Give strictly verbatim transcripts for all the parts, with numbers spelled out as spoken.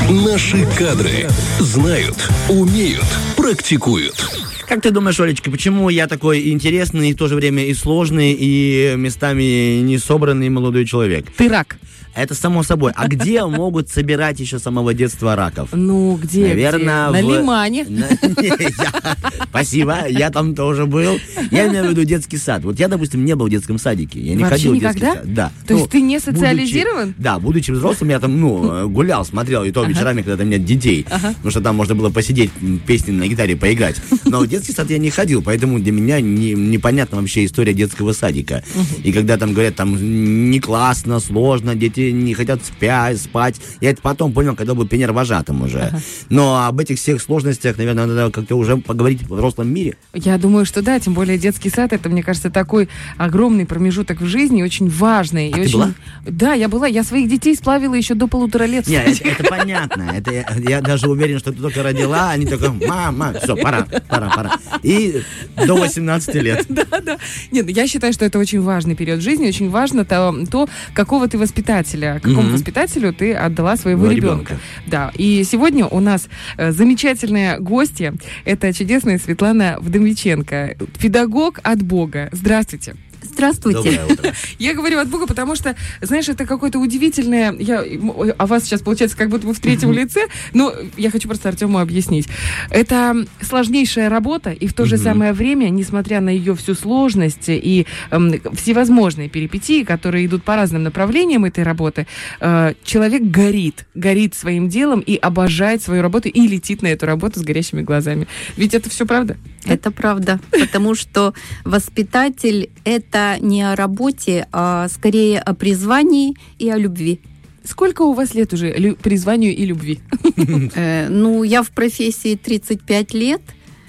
Наши кадры знают, умеют, практикуют. Как ты думаешь, Олечка, почему я такой интересный, и в то же время и сложный, и местами не собранный молодой человек? Ты рак. Это само собой. А где могут собирать еще с самого детства раков? Ну, где? Наверное, где? в... На Лимане. Спасибо, я там тоже был. Я имею в виду детский сад. Вот я, допустим, не был в детском садике. Я не ходил в детский сад. Да. То есть ты не социализирован? Да, будучи взрослым, я там, ну, гулял, смотрел, и то вечерами, когда там нет детей. Потому что там можно было посидеть, песни на гитаре поиграть. Но в детский сад я не ходил, поэтому для меня непонятна вообще история детского садика. И когда там говорят, там не классно, сложно, дети не хотят спять, спать. Я это потом понял, когда был пионер-вожатым уже. Ага. Но об этих всех сложностях, наверное, надо как-то уже поговорить в взрослом мире. Я думаю, что да, тем более детский сад, это, мне кажется, такой огромный промежуток в жизни, очень важный. А и ты очень... была? Да, я была. Я своих детей сплавила еще до полутора лет. Нет, это, это понятно. Это я, я даже уверен, что ты только родила, они только, мама, все, пора, пора, пора. И до восемнадцати лет. Да, да. Нет, я считаю, что это очень важный период жизни, очень важно то, то какого ты воспитателя, какому mm-hmm. воспитателю ты отдала своего ну, ребенка. ребенка. Да, и сегодня у нас э, замечательная гостья, это чудесная Светлана Вдовиченко, педагог от Бога. Здравствуйте. Здравствуйте. Я говорю от Бога, потому что, знаешь, это какое-то удивительное... Я о вас сейчас, получается, как будто бы в третьем лице, но я хочу просто Артему объяснить. Это сложнейшая работа, и в то же самое время, несмотря на ее всю сложность и эм, всевозможные перипетии, которые идут по разным направлениям этой работы, э, человек горит, горит своим делом и обожает свою работу, и летит на эту работу с горящими глазами. Ведь это все правда? Это правда, потому что воспитатель — это не о работе, а скорее о призвании и о любви. Сколько у вас лет уже лю- призванию и любви? Э, ну, я в профессии тридцать пять лет,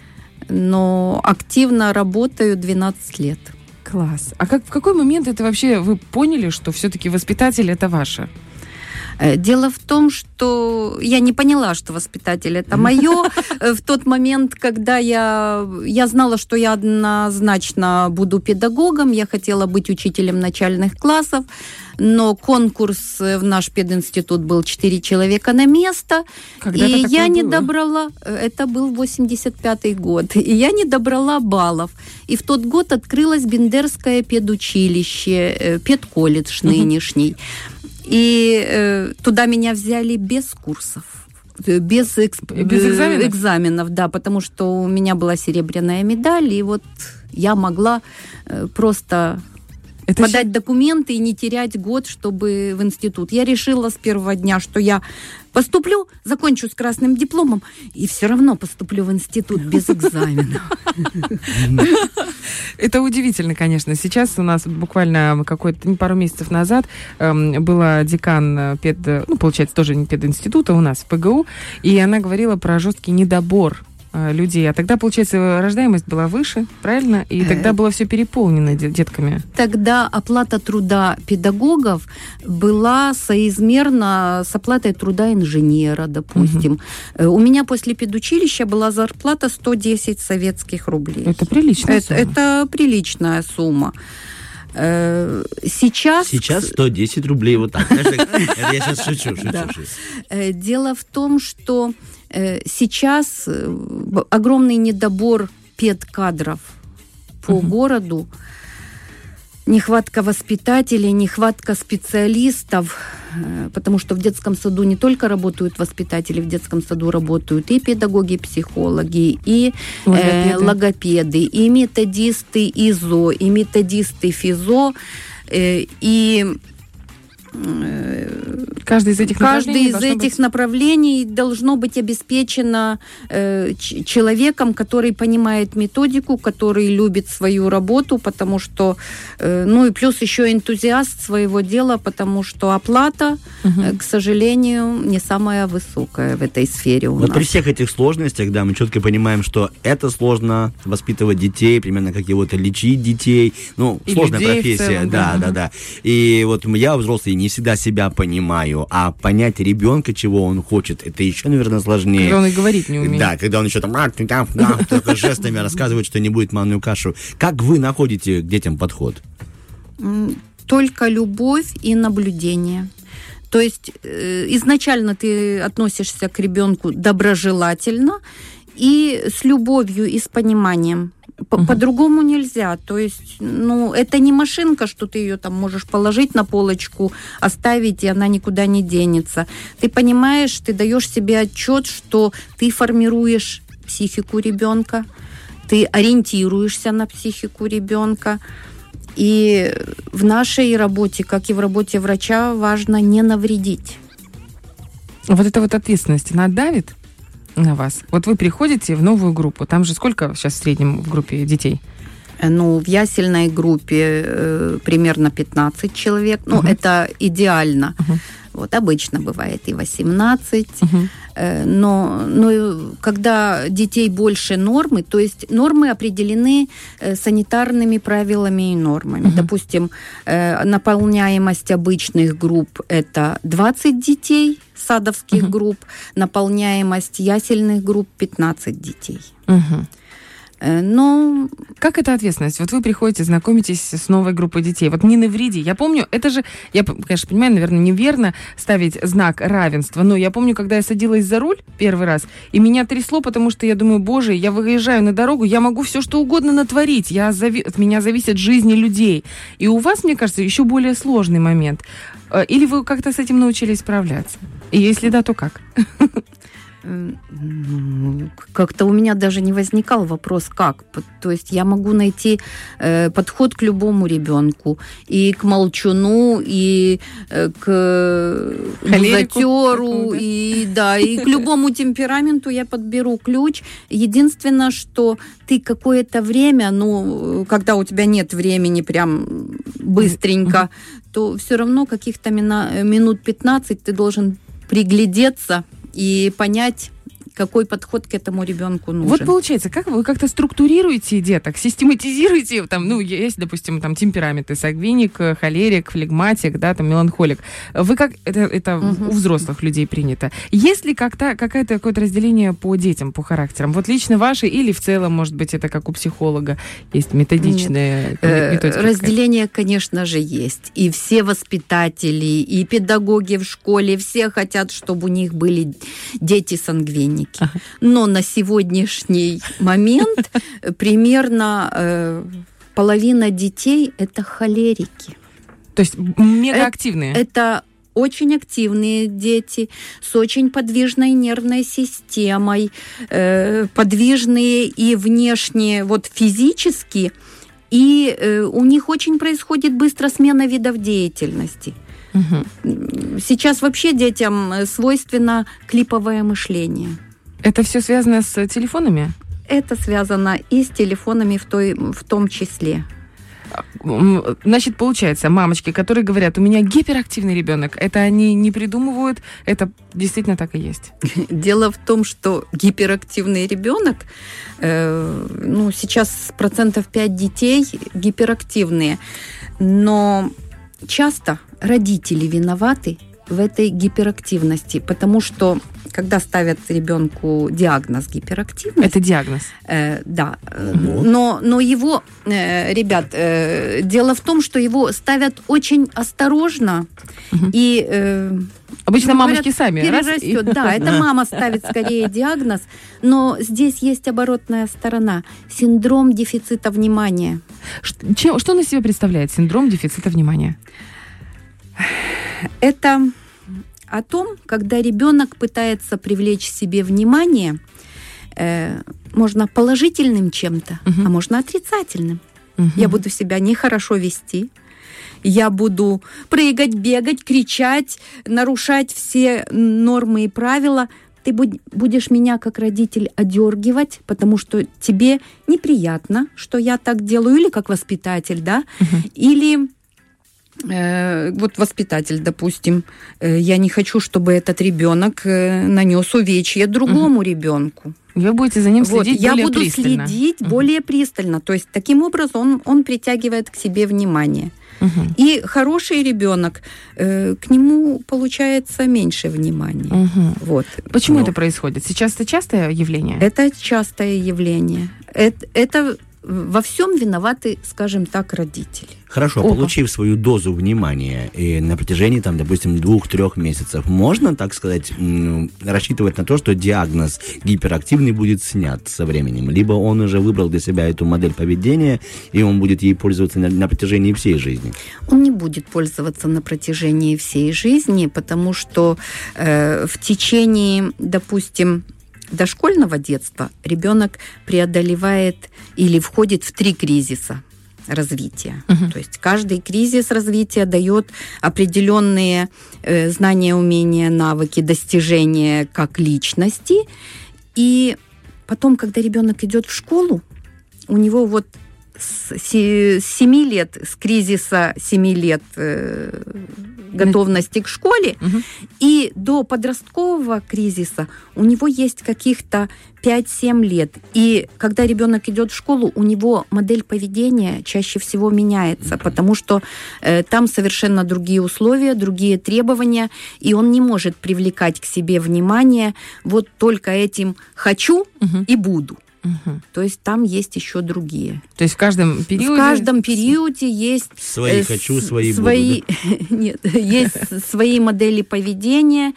но активно работаю двенадцать лет. Класс. А как, в какой момент это вообще вы поняли, что все-таки воспитатель — это ваше? Дело в том, что я не поняла, что воспитатель — это мое. В тот момент, когда я, я знала, что я однозначно буду педагогом, я хотела быть учителем начальных классов, но конкурс в наш пединститут был четыре человека на место, Когда и я было? не добрала, это был восемьдесят пятый год, и я не добрала баллов. И в тот год открылось Бендерское педучилище, педколледж нынешний. И э, туда меня взяли без курсов, без, эксп... без экзаменов? экзаменов, да, потому что у меня была серебряная медаль, и вот я могла э, просто Это подать сейчас... документы и не терять год, чтобы в институт. Я решила с первого дня, что я поступлю, закончу с красным дипломом, и все равно поступлю в институт без экзаменов. Это удивительно, конечно. Сейчас у нас буквально какой-то пару месяцев назад эм, была декан пед, ну, получается, тоже не пединститута у нас в ПГУ, и она говорила про жесткий недобор людей. А тогда, получается, рождаемость была выше, правильно? И тогда было все переполнено детками. Тогда оплата труда педагогов была соизмерна с оплатой труда инженера, допустим. Угу. У меня после педучилища была зарплата сто десять советских рублей. Это приличная это, сумма. Это приличная сумма. Сейчас... Сейчас сто десять рублей, вот так. Это я сейчас шучу, шучу, да. шучу. Дело в том, что сейчас огромный недобор педкадров по uh-huh. городу, нехватка воспитателей, нехватка специалистов, потому что в детском саду не только работают воспитатели, в детском саду работают и педагоги, и психологи, и логопеды, э, логопеды и методисты ИЗО, и методисты ФИЗО, э, и Каждый из этих Каждый направлений, из этих быть... направлений должно быть обеспечено э, ч- человеком, который понимает методику, который любит свою работу, потому что, э, ну и плюс еще энтузиаст своего дела, потому что оплата, угу. э, к сожалению, не самая высокая в этой сфере у Но нас. При всех этих сложностях, да, мы четко понимаем, что это сложно воспитывать детей, примерно как его-то лечить детей, ну, и сложная людей профессия, в целом, да, да, да, да. И вот я, взрослый, не всегда себя понимаю, а понять ребенка, чего он хочет, это еще, наверное, сложнее. Когда он и говорить не умеет. Да, когда он еще там только жестами рассказывает, что не будет манную кашу. Как вы находите к детям подход? Только любовь и наблюдение. То есть э, изначально ты относишься к ребенку доброжелательно и с любовью и с пониманием. По- uh-huh. По-другому нельзя. То есть, ну, это не машинка, что ты ее там можешь положить на полочку, оставить, и она никуда не денется. Ты понимаешь, ты даешь себе отчет, что ты формируешь психику ребенка, ты ориентируешься на психику ребенка. И в нашей работе, как и в работе врача, важно не навредить. Вот эта вот ответственность, она давит на вас? Вот вы приходите в новую группу, там же сколько сейчас в среднем в группе детей? Ну, в ясельной группе э, примерно пятнадцать человек. Ну, uh-huh. это идеально. Uh-huh. Вот обычно бывает и восемнадцать. Uh-huh. Э, но, но когда детей больше нормы, то есть нормы определены э, санитарными правилами и нормами. Uh-huh. Допустим, э, наполняемость обычных групп – это двадцать детей, садовских uh-huh. групп, наполняемость ясельных групп – пятнадцать детей. Uh-huh. Но... Как это ответственность? Вот вы приходите, знакомитесь с новой группой детей. Вот не навреди. Я помню, это же, я, конечно, понимаю, наверное, неверно ставить знак равенства, но я помню, когда я садилась за руль первый раз, и меня трясло, потому что я думаю, боже, я выезжаю на дорогу, я могу все что угодно натворить, я зави... от меня зависят жизни людей. И у вас, мне кажется, еще более сложный момент. Или вы как-то с этим научились справляться? И если да, то как? Как-то у меня даже не возникал вопрос, как. То есть я могу найти э, подход к любому ребенку. И к молчуну, и э, к затеру, и, да, и к любому темпераменту я подберу ключ. Единственное, что ты какое-то время, ну, когда у тебя нет времени прям быстренько, то все равно каких-то мина, минут пятнадцать ты должен приглядеться и понять, какой подход к этому ребенку нужен. Вот получается, как вы как-то структурируете деток, систематизируете, там, ну, есть, допустим, там темпераменты, сангвиник, холерик, флегматик, да, там, меланхолик. Вы как, это, это угу. у взрослых людей принято. Есть ли как-то, какое-то, какое-то разделение по детям, по характерам? Вот лично ваши или в целом, может быть, это как у психолога, есть методичная методика? Разделение, конечно же, есть. И все воспитатели, и педагоги в школе, все хотят, чтобы у них были дети-сангвиники. Ага. Но на сегодняшний момент примерно э, половина детей – это холерики. То есть мегаактивные? Это, это очень активные дети с очень подвижной нервной системой, э, подвижные и внешне, вот физически, и э, у них очень происходит быстро смена видов деятельности. Угу. Сейчас вообще детям свойственно клиповое мышление. Это все связано с телефонами? Это связано и с телефонами в, той, в том числе. Значит, получается, мамочки, которые говорят, у меня гиперактивный ребенок, это они не придумывают, это действительно так и есть. Дело в том, что гиперактивный ребенок, э, ну, сейчас процентов пять детей гиперактивные, но часто родители виноваты в этой гиперактивности, потому что когда ставят ребенку диагноз гиперактивность... Это диагноз? Э, да. Угу. Но, но его, э, ребят, э, дело в том, что его ставят очень осторожно. Угу. И... Э, Обычно ну, мамочки говорят, сами. Перерастет. Раз, и... Да, это мама ставит скорее диагноз. Но здесь есть оборотная сторона. Синдром дефицита внимания. Что, что на себя представляет синдром дефицита внимания? Это о том, когда ребенок пытается привлечь себе внимание, э, можно положительным чем-то, uh-huh. а можно отрицательным. Uh-huh. Я буду себя нехорошо вести, я буду прыгать, бегать, кричать, нарушать все нормы и правила. Ты будешь меня как родитель одергивать, потому что тебе неприятно, что я так делаю, или как воспитатель, да, uh-huh. или... Вот воспитатель, допустим, я не хочу, чтобы этот ребенок нанес увечья другому угу. ребенку. Вы будете за ним следить вот, более я буду пристально. следить угу. более пристально. То есть таким образом он, он притягивает к себе внимание. Угу. И хороший ребенок, э, к нему получается меньше внимания. Угу. Вот. Почему ну, это происходит? Сейчас это частое явление? Это частое явление. Это, это во всем виноваты, скажем так, родители. Хорошо, Опа. получив свою дозу внимания и на протяжении, там, допустим, двух-трех месяцев, можно, так сказать, м, рассчитывать на то, что диагноз гиперактивный будет снят со временем? Либо он уже выбрал для себя эту модель поведения, и он будет ей пользоваться на, на протяжении всей жизни? Он не будет пользоваться на протяжении всей жизни, потому что э, в течение, допустим, дошкольного детства ребенок преодолевает или входит в три кризиса развития. Uh-huh. То есть каждый кризис развития дает определенные э, знания, умения, навыки, достижения как личности. И потом, когда ребенок идет в школу, у него вот с семи лет, с кризиса семи лет э, готовности к школе, угу. и до подросткового кризиса у него есть каких-то пять-семь лет. И когда ребенок идет в школу, у него модель поведения чаще всего меняется, угу. потому что э, там совершенно другие условия, другие требования, и он не может привлекать к себе внимание вот только этим «хочу» угу. и «буду». Угу. То есть там есть еще другие. То есть в каждом периоде... В каждом периоде есть... Свои хочу, свои, свои буду. Да? Нет, есть свои модели поведения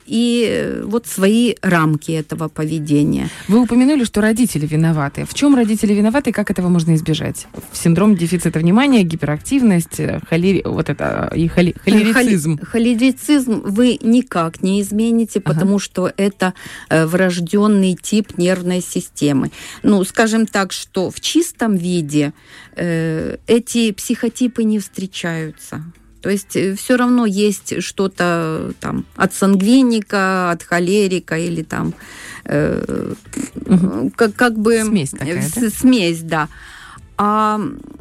и вот свои рамки этого поведения. Вы упомянули, что родители виноваты. В чем родители виноваты и как этого можно избежать? Синдром дефицита внимания, гиперактивность, холери... вот это, и холи... холерицизм. Холи... Холерицизм вы никак не измените, ага. потому что это врожденный тип нервной системы. Ну, скажем так, что в чистом виде э, эти психотипы не встречаются. То есть все равно есть что-то там от сангвиника, от холерика или там э, угу. как, как бы... Смесь такая, с, да? Смесь, да. А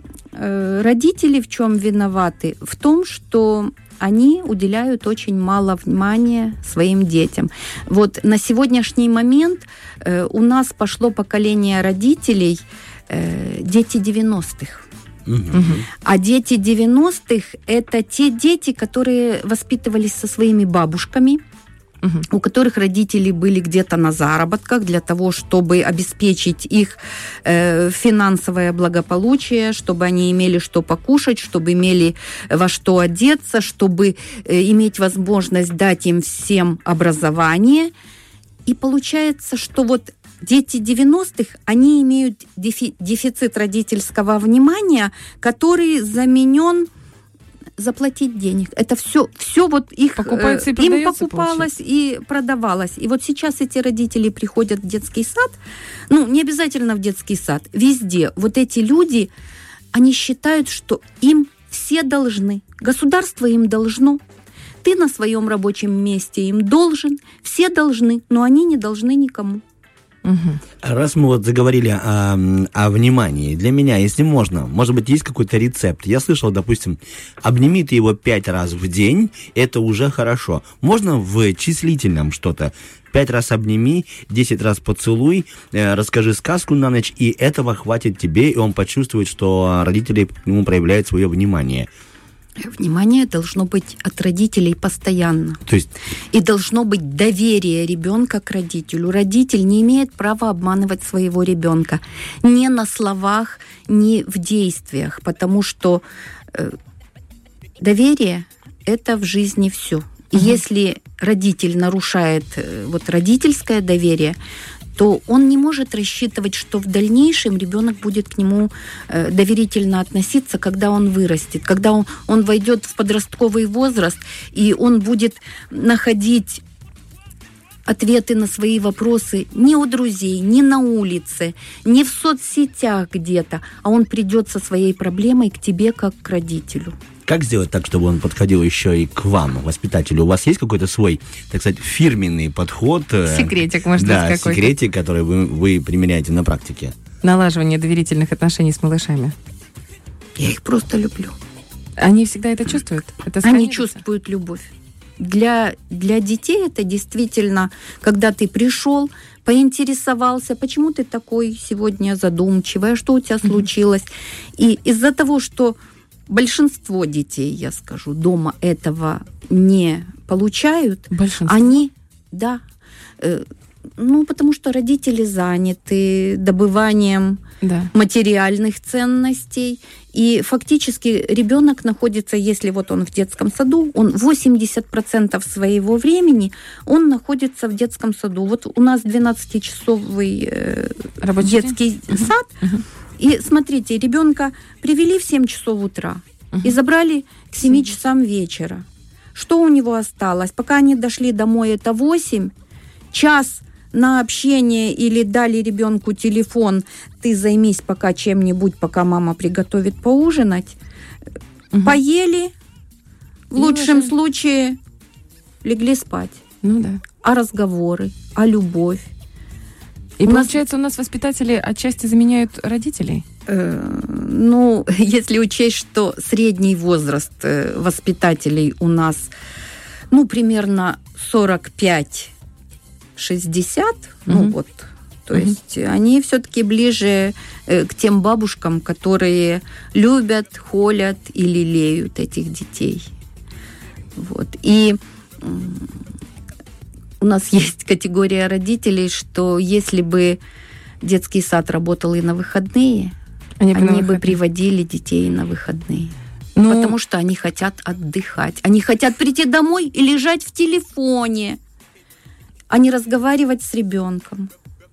э, родители в чем виноваты? В том, что они уделяют очень мало внимания своим детям. Вот на сегодняшний момент э, у нас пошло поколение родителей э, дети девяностых. Uh-huh. А дети девяностых – это те дети, которые воспитывались со своими бабушками, uh-huh. у которых родители были где-то на заработках для того, чтобы обеспечить их э, финансовое благополучие, чтобы они имели что покушать, чтобы имели во что одеться, чтобы э, иметь возможность дать им всем образование. И получается, что вот дети девяностых, они имеют дефи- дефицит родительского внимания, который заменен заплатить денег. Это все, все вот их, покупается и им продается, покупалось и продавалось. И вот сейчас эти родители приходят в детский сад, ну, не обязательно в детский сад, везде. Вот эти люди, они считают, что им все должны. Государство им должно. Ты на своем рабочем месте им должен. Все должны, но они не должны никому. Угу. Раз мы вот заговорили о, о внимании, для меня, если можно, может быть, есть какой-то рецепт? Я слышал, допустим, обними ты его пять раз в день, это уже хорошо. Можно в числительном что-то? Пять раз обними, десять раз поцелуй, э, расскажи сказку на ночь, и этого хватит тебе, и он почувствует, что родители к нему проявляют свое внимание. Внимание должно быть от родителей постоянно. То есть... И должно быть доверие ребенка к родителю. Родитель не имеет права обманывать своего ребенка ни на словах, ни в действиях, потому что э, доверие – это в жизни все. И угу. если родитель нарушает э, вот родительское доверие, то он не может рассчитывать, что в дальнейшем ребенок будет к нему э, доверительно относиться, когда он вырастет, когда он, он войдет в подростковый возраст, и он будет находить ответы на свои вопросы не у друзей, не на улице, не в соцсетях где-то, а он придет со своей проблемой к тебе как к родителю. Как сделать так, чтобы он подходил еще и к вам, воспитателю? У вас есть какой-то свой, так сказать, фирменный подход? Секретик, может да, быть, какой-то. секретик, который вы, вы применяете на практике. Налаживание доверительных отношений с малышами. Я их просто люблю. Они всегда это чувствуют? Это Они чувствуют любовь. Для, для детей это действительно, когда ты пришел, поинтересовался, почему ты такой сегодня задумчивый, что у тебя случилось. И из-за того, что большинство детей, я скажу, дома этого не получают, они, да, э, ну, потому что родители заняты добыванием да. материальных ценностей. И фактически ребенок находится, если вот он в детском саду, он восемьдесят процентов своего времени он находится в детском саду. Вот у нас двенадцатичасовый э, детский uh-huh. сад. Uh-huh. И смотрите, ребенка привели в семь часов утра uh-huh. и забрали к семи часам вечера. Что у него осталось? Пока они дошли домой, это восемь. Час на общение или дали ребенку телефон, ты займись пока чем-нибудь, пока мама приготовит поужинать. Угу. Поели, в и лучшем уже... случае легли спать. Ну да. А разговоры, а любовь. И у получается, нас... у нас воспитатели отчасти заменяют родителей? Э, ну, если учесть, что средний возраст воспитателей у нас, ну, примерно сорок пять шестьдесят, mm-hmm. ну вот, то mm-hmm. есть они все-таки ближе э, к тем бабушкам, которые любят, холят и лелеют этих детей. Вот. И э, у нас есть категория родителей, что если бы детский сад работал и на выходные, они, они бы приводили детей на выходные. Ну... Потому что они хотят отдыхать. Они хотят прийти домой и лежать в телефоне, а не разговаривать с ребенком,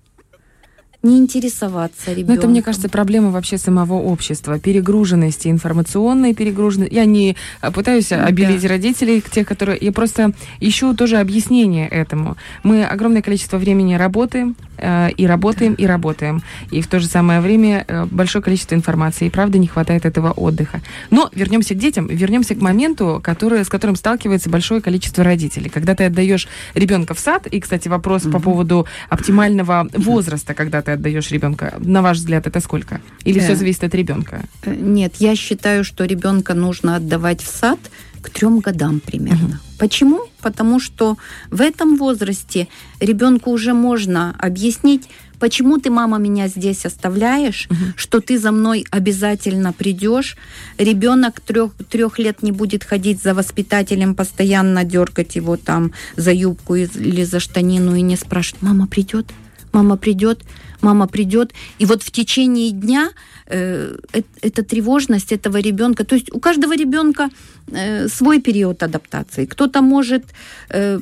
не интересоваться ребенком. Ну, это, мне кажется, проблема вообще самого общества. Перегруженности, информационной перегруженности. Я не пытаюсь обелить да. родителей, тех, которые... Я просто ищу тоже объяснение этому. Мы огромное количество времени работаем, э, и работаем, да. и работаем. И в то же самое время э, большое количество информации. И, правда, не хватает этого отдыха. Но вернемся к детям, вернемся к моменту, который, с которым сталкивается большое количество родителей. Когда ты отдаешь ребенка в сад, и, кстати, вопрос mm-hmm. по поводу оптимального возраста, когда ты отдаешь ребенка, на ваш взгляд, это сколько? Или э, все зависит от ребенка? Нет, я считаю, что ребенка нужно отдавать в сад к трем годам примерно. Угу. Почему? Потому что в этом возрасте ребенку уже можно объяснить, почему ты, мама, меня здесь оставляешь, угу. что ты за мной обязательно придешь. Ребенок трех, трех лет не будет ходить за воспитателем, постоянно дергать его там за юбку или за штанину и не спрашивать, мама придет? Мама придет, мама придет. И вот в течение дня э, э, эта тревожность этого ребенка, то есть у каждого ребенка э, свой период адаптации. Кто-то может э,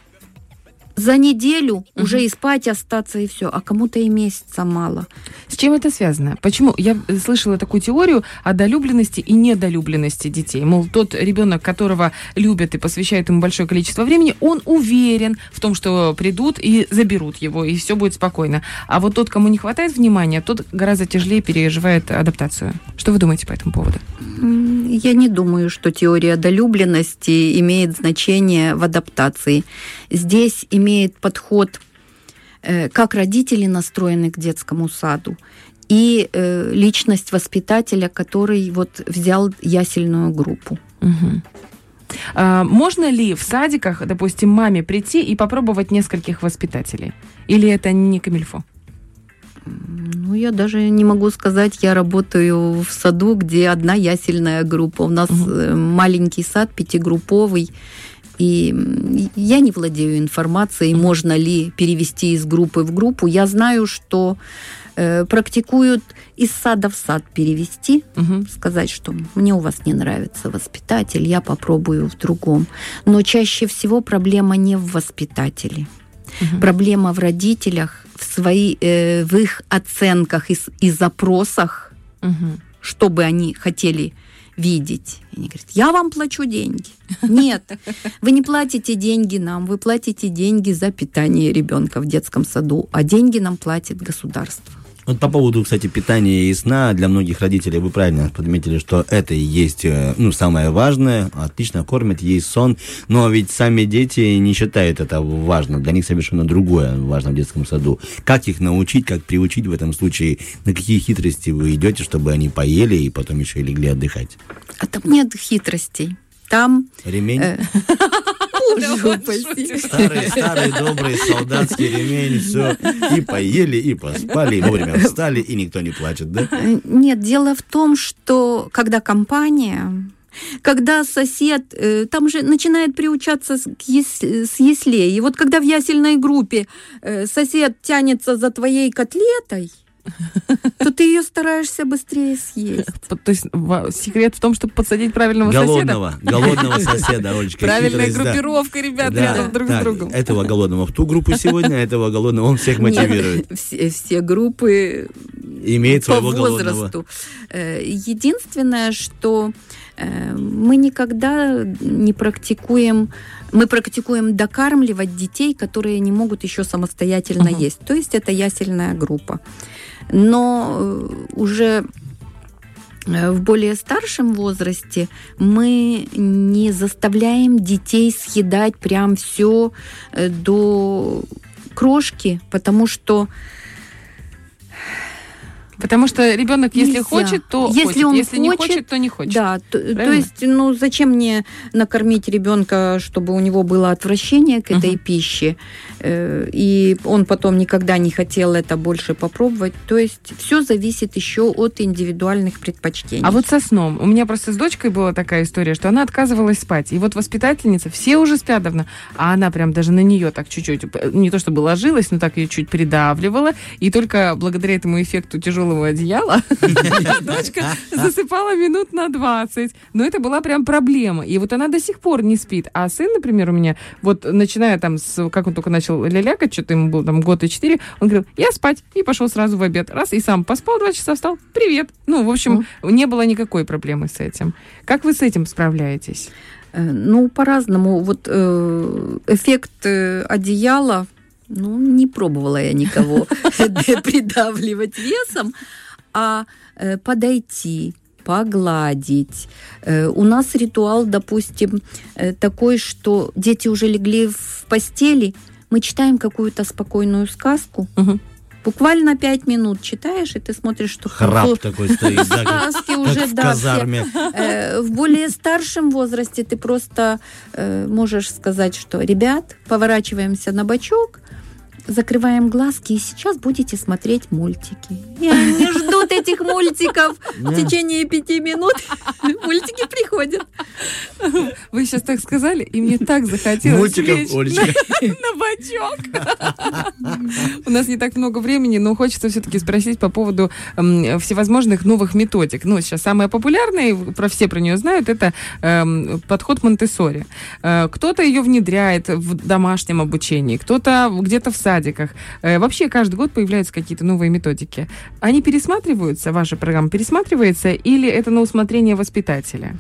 за неделю угу. уже и спать остаться, и все, а кому-то и месяца мало. С чем это связано? Почему? Я слышала такую теорию о долюбленности и недолюбленности детей. Мол, тот ребенок, которого любят и посвящают ему большое количество времени, он уверен в том, что придут и заберут его, и все будет спокойно. А вот тот, кому не хватает внимания, тот гораздо тяжелее переживает адаптацию. Что вы думаете по этому поводу? Я не думаю, что теория долюбленности имеет значение в адаптации. Здесь имеет подход, э, как родители настроены к детскому саду, и э, личность воспитателя, который вот взял ясельную группу. Угу. А можно ли в садиках, допустим, маме прийти и попробовать нескольких воспитателей? Или это не камильфо? Ну, я даже не могу сказать, я работаю в саду, где одна ясельная группа. У нас угу. маленький сад, пятигрупповый, и я не владею информацией, можно ли перевести из группы в группу. Я знаю, что э, практикуют из сада в сад перевести, угу. сказать, что мне у вас не нравится воспитатель, я попробую в другом. Но чаще всего проблема не в воспитателе. Угу. Проблема в родителях, в, свои, э, в их оценках и, и запросах, угу. что бы они хотели видеть. И они говорят, я вам плачу деньги. Нет, вы не платите деньги нам, вы платите деньги за питание ребенка в детском саду, а деньги нам платит государство. Вот по поводу, кстати, питания и сна, для многих родителей вы правильно подметили, что это и есть, ну, самое важное, отлично кормят, есть сон, но ведь сами дети не считают это важным, для них совершенно другое важно в детском саду. Как их научить, как приучить в этом случае, на какие хитрости вы идете, чтобы они поели и потом еще и легли отдыхать? А там нет хитростей. Там... Ремень? Старый, старый, добрый солдатский ремень, все. И поели, и поспали, и вовремя встали, и никто не плачет, да? Нет, дело в том, что когда компания, когда сосед, там же начинает приучаться с яслей. И вот когда в ясельной группе сосед тянется за твоей котлетой, то ты ее стараешься быстрее съесть. То есть секрет в том, чтобы подсадить правильного голодного, соседа? Голодного соседа, Олечка. Правильная группировка, да. Ребят, да. рядом друг так, с другом. Этого голодного в ту группу сегодня, этого голодного он всех мотивирует. Нет, все, все группы имеет своего по возрасту. Голодного. Единственное, что мы никогда не практикуем, мы практикуем докармливать детей, которые не могут еще самостоятельно uh-huh. есть. То есть это ясельная группа. Но уже в более старшем возрасте мы не заставляем детей съедать прям все до крошки, потому что Потому что ребенок, если нельзя. хочет, то если хочет. Он если хочет, не хочет, то не хочет. Да, то, то есть, ну, зачем мне накормить ребенка, чтобы у него было отвращение к этой uh-huh. пище, э, и он потом никогда не хотел это больше попробовать. То есть все зависит еще от индивидуальных предпочтений. А вот со сном. У меня просто с дочкой была такая история, что она отказывалась спать. И вот воспитательница, все уже спят давно, а она прям даже на нее так чуть-чуть, не то чтобы ложилась, но так ее чуть придавливала. И только благодаря этому эффекту тяжелого одеяла дочка засыпала минут на двадцать. Но это была прям проблема. И вот она до сих пор не спит. А сын, например, у меня, вот начиная там с, как он только начал лялякать, что-то ему было там год и четыре, он говорил, я спать, и пошел сразу в обед. Раз, и сам поспал два часа, встал, привет. Ну, в общем, mm. не было никакой проблемы с этим. Как вы с этим справляетесь? Ну, по-разному. Вот э, эффект э, одеяла, ну, не пробовала я никого придавливать весом, а подойти, погладить. У нас ритуал, допустим, такой, что дети уже легли в постели, мы читаем какую-то спокойную сказку, угу. Буквально пять минут читаешь, и ты смотришь, что... Храп концу... такой стоит, да, сказки как, уже, в да, казарме. Все, э, в более старшем возрасте ты просто э, можешь сказать, что, ребят, поворачиваемся на бочок, закрываем глазки, и сейчас будете смотреть мультики. И они ждут этих мультиков в течение пяти минут. Мультики приходят. Вы сейчас так сказали, и мне так захотелось мультиков, Олечка. На бочок. У нас не так много времени, но хочется все-таки спросить по поводу э, всевозможных новых методик. Ну, сейчас самая популярная, про все про нее знают, это э, подход Монтессори. Э, кто-то ее внедряет в домашнем обучении, кто-то где-то в садиках. Э, вообще каждый год появляются какие-то новые методики. Они пересматриваются, ваша программа пересматривается, или это на усмотрение воспитателя?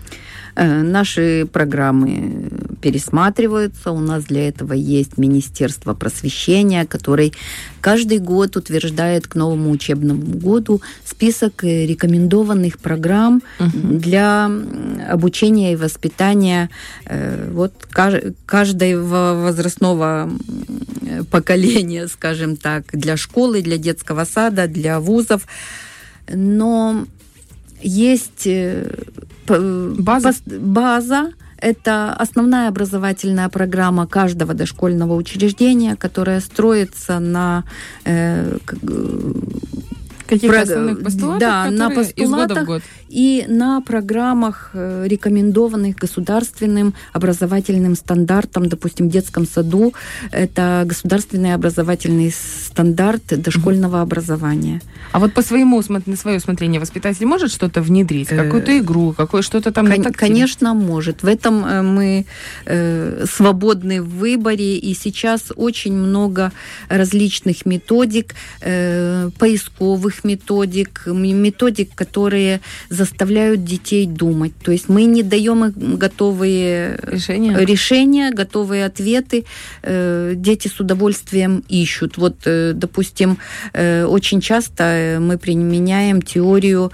Наши программы пересматриваются. У нас для этого есть Министерство просвещения, который каждый год утверждает к новому учебному году список рекомендованных программ uh-huh. для обучения и воспитания вот, каждого возрастного поколения, скажем так, для школы, для детского сада, для вузов. Но есть база. база. Это основная образовательная программа каждого дошкольного учреждения, которая строится на э, каких-то про... основных постулатах, да, на постулатах из года в год. И на программах, рекомендованных государственным образовательным стандартом, допустим, в детском саду. Это государственный образовательный стандарт дошкольного mm-hmm. образования. А вот по своему, на свое усмотрение воспитатель может что-то внедрить? Какую-то игру, какое что-то там? Кон- конечно, может. В этом мы э, свободны в выборе, и сейчас очень много различных методик, э, поисковых методик, методик, которые заставляют детей думать. То есть мы не даем им готовые решения, решения готовые ответы. Дети с удовольствием ищут. Вот, допустим, очень часто мы применяем теорию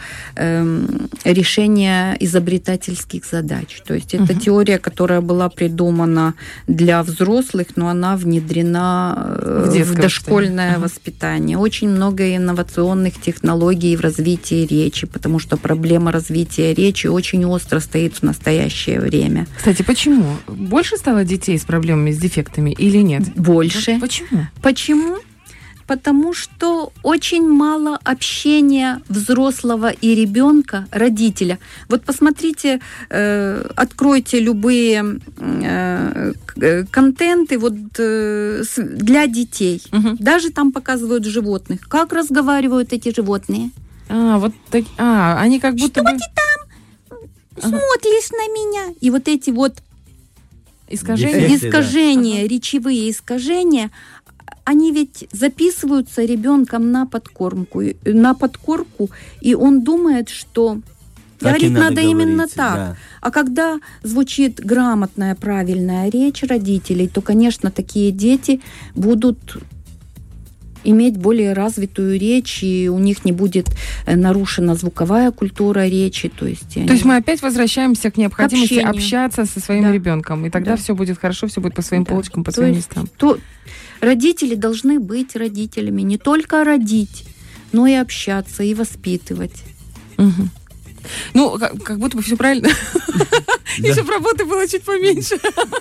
решения изобретательских задач. То есть это угу. теория, которая была придумана для взрослых, но она внедрена в, в дошкольное угу. воспитание. Очень много инновационных технологий в развитии речи, потому что проблема развития речи очень остро стоит в настоящее время. Кстати, почему? Больше стало детей с проблемами, с дефектами или нет? Больше. Почему? Почему? Потому что очень мало общения взрослого и ребенка, родителя. Вот посмотрите, э, откройте любые э, контенты вот, э, для детей. Угу. Даже там показывают животных. Как разговаривают эти животные? А, вот так, а, они как будто что бы... ты там ага. смотришь на меня? И вот эти вот искажения, Дефекты, искажения да. речевые искажения, они ведь записываются ребенком на подкормку, на подкорку, и он думает, что так говорить надо, надо именно так. Да. А когда звучит грамотная, правильная речь родителей, то, конечно, такие дети будут иметь более развитую речь, и у них не будет нарушена звуковая культура речи. То есть, то есть мы опять возвращаемся к необходимости к общаться со своим да. ребенком, и тогда да. все будет хорошо, все будет по своим да. полочкам, по то своим местам. То родители должны быть родителями, не только родить, но и общаться, и воспитывать. Угу. Ну, как, как будто бы все правильно. Еще бы работы было чуть поменьше.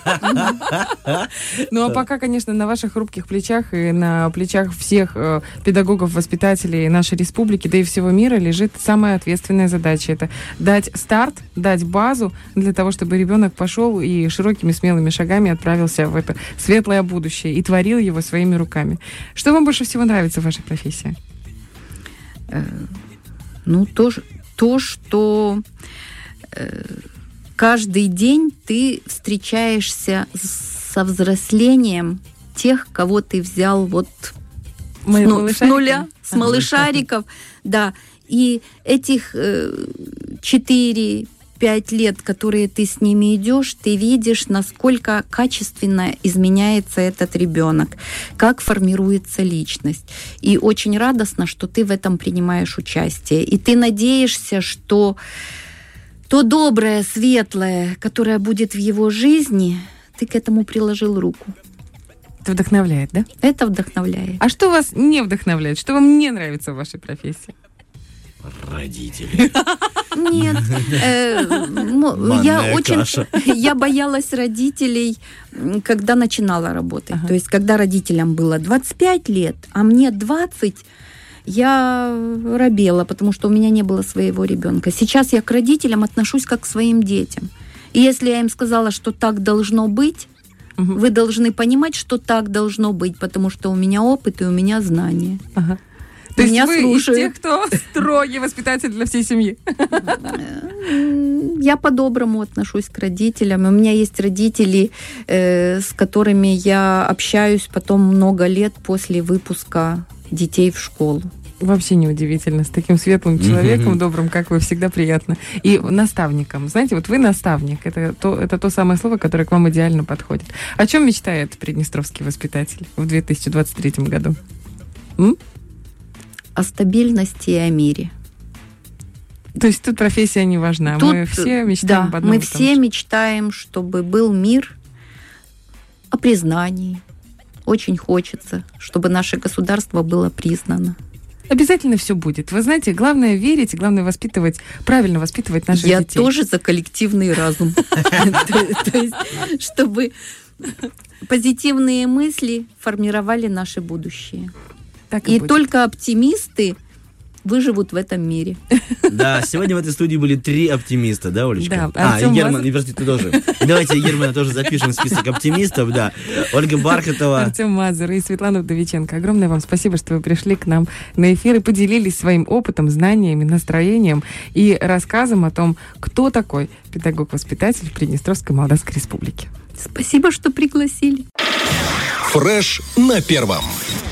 Ну, а пока, конечно, на ваших хрупких плечах и на плечах всех педагогов, воспитателей нашей республики, да и всего мира лежит самая ответственная задача. Это дать старт, дать базу для того, чтобы ребенок пошел и широкими смелыми шагами отправился в это светлое будущее и творил его своими руками. Что вам больше всего нравится в вашей профессии? Ну, тоже... То, что э, каждый день ты встречаешься со взрослением тех, кого ты взял вот с, ну, с нуля, с малышариков, да. И этих четыре-пять лет, которые ты с ними идешь, ты видишь, насколько качественно изменяется этот ребенок, как формируется личность. И очень радостно, что ты в этом принимаешь участие. И ты надеешься, что то доброе, светлое, которое будет в его жизни, ты к этому приложил руку. Это вдохновляет, да? Это вдохновляет. А что вас не вдохновляет? Что вам не нравится в вашей профессии? Родители. Нет, я очень, я боялась родителей, когда начинала работать. То есть, когда родителям было двадцать пять лет, а мне двадцать, я робела, потому что у меня не было своего ребенка. Сейчас я к родителям отношусь как к своим детям. И если я им сказала, что так должно быть, вы должны понимать, что так должно быть, потому что у меня опыт и у меня знания. То есть вы слушают. Из тех, кто строгий воспитатель для всей семьи? Я по-доброму отношусь к родителям. У меня есть родители, э, с которыми я общаюсь потом много лет после выпуска детей в школу. Вообще неудивительно. С таким светлым человеком, mm-hmm. добрым, как вы, всегда приятно. И наставником. Знаете, вот вы наставник. Это то, это то самое слово, которое к вам идеально подходит. О чем мечтает приднестровский воспитатель в две тысячи двадцать третьем году? М? О стабильности и о мире. То есть тут профессия не важна. Тут, мы все мечтаем да, об одном. Мы все же. мечтаем, чтобы был мир, о признании. Очень хочется, чтобы наше государство было признано. Обязательно все будет. Вы знаете, главное верить, главное воспитывать, правильно воспитывать наших Я детей. Я тоже за коллективный разум. То есть, чтобы позитивные мысли формировали наше будущее. Так и, и только оптимисты выживут в этом мире. Да, сегодня в этой студии были три оптимиста, да, Олечка? Да, а, и Герман, и прости, ты тоже. Давайте Германа тоже запишем в список оптимистов, да. Ольга Бархатова. Артем Мазур и Светлана Вдовиченко. Огромное вам спасибо, что вы пришли к нам на эфир и поделились своим опытом, знаниями, настроением и рассказом о том, кто такой педагог-воспитатель в Приднестровской Молдавской Республике. Спасибо, что пригласили. Фреш на первом.